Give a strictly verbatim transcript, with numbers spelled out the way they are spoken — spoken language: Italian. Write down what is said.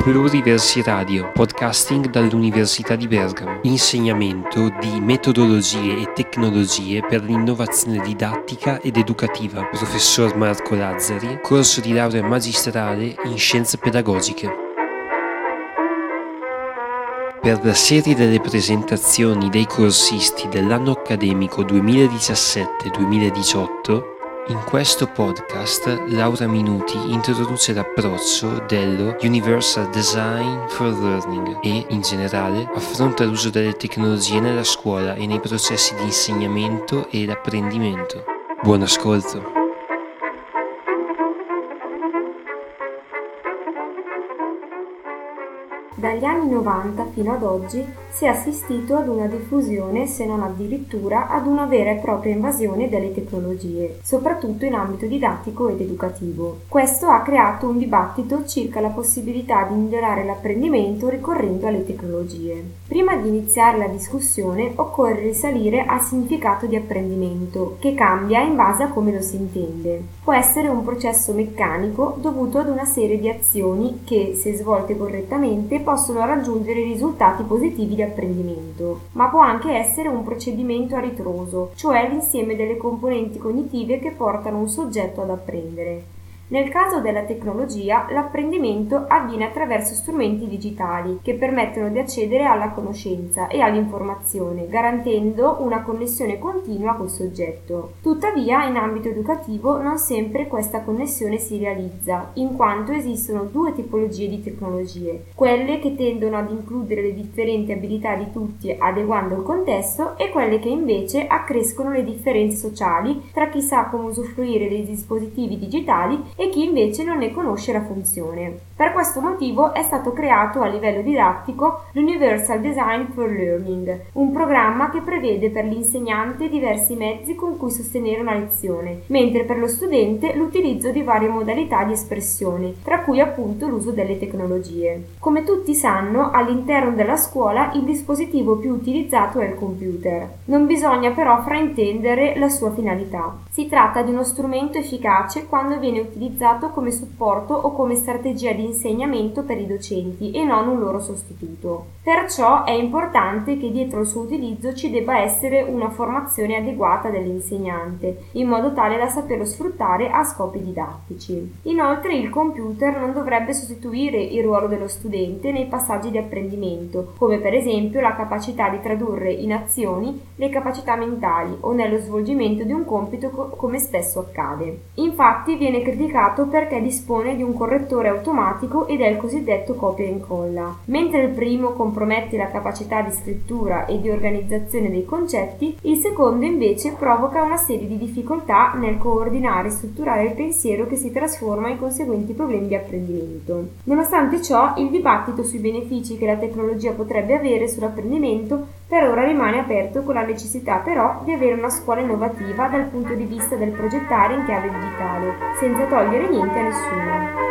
Pluriversi Radio, podcasting dall'Università di Bergamo. Insegnamento di metodologie e tecnologie per l'innovazione didattica ed educativa. Professor Marco Lazzari, corso di laurea magistrale in scienze pedagogiche. Per la serie delle presentazioni dei corsisti dell'anno accademico duemiladiciassette duemiladiciotto, in questo podcast Laura Minuti introduce l'approccio dello Universal Design for Learning e, in generale, affronta l'uso delle tecnologie nella scuola e nei processi di insegnamento ed apprendimento. Buon ascolto! Dagli anni novanta fino ad oggi si è assistito ad una diffusione, se non addirittura ad una vera e propria invasione delle tecnologie, soprattutto in ambito didattico ed educativo. Questo ha creato un dibattito circa la possibilità di migliorare l'apprendimento ricorrendo alle tecnologie. Prima di iniziare la discussione occorre risalire al significato di apprendimento, che cambia in base a come lo si intende. Può essere un processo meccanico dovuto ad una serie di azioni che, se svolte correttamente, possono raggiungere risultati positivi di apprendimento, ma può anche essere un procedimento a ritroso, cioè l'insieme delle componenti cognitive che portano un soggetto ad apprendere. Nel caso della tecnologia, l'apprendimento avviene attraverso strumenti digitali che permettono di accedere alla conoscenza e all'informazione, garantendo una connessione continua col soggetto. Tuttavia, in ambito educativo non sempre questa connessione si realizza, in quanto esistono due tipologie di tecnologie: quelle che tendono ad includere le differenti abilità di tutti adeguando il contesto e quelle che invece accrescono le differenze sociali tra chi sa come usufruire dei dispositivi digitali e chi invece non ne conosce la funzione. Per questo motivo è stato creato a livello didattico l'Universal Design for Learning, un programma che prevede per l'insegnante diversi mezzi con cui sostenere una lezione, mentre per lo studente l'utilizzo di varie modalità di espressione, tra cui appunto l'uso delle tecnologie. Come tutti sanno, all'interno della scuola il dispositivo più utilizzato è il computer. Non bisogna però fraintendere la sua finalità. Si tratta di uno strumento efficace quando viene utilizzato come supporto o come strategia di insegnamento per i docenti e non un loro sostituto. Perciò è importante che dietro il suo utilizzo ci debba essere una formazione adeguata dell'insegnante, in modo tale da saperlo sfruttare a scopi didattici. Inoltre il computer non dovrebbe sostituire il ruolo dello studente nei passaggi di apprendimento, come per esempio la capacità di tradurre in azioni le capacità mentali o nello svolgimento di un compito co- come spesso accade. Infatti viene criticato perché dispone di un correttore automatico ed è il cosiddetto copia e incolla. Mentre il primo compromette la capacità di scrittura e di organizzazione dei concetti, il secondo invece provoca una serie di difficoltà nel coordinare e strutturare il pensiero che si trasforma in conseguenti problemi di apprendimento. Nonostante ciò, il dibattito sui benefici che la tecnologia potrebbe avere sull'apprendimento per ora rimane aperto, con la necessità però di avere una scuola innovativa dal punto di vista del progettare in chiave digitale, senza togliere niente a nessuno.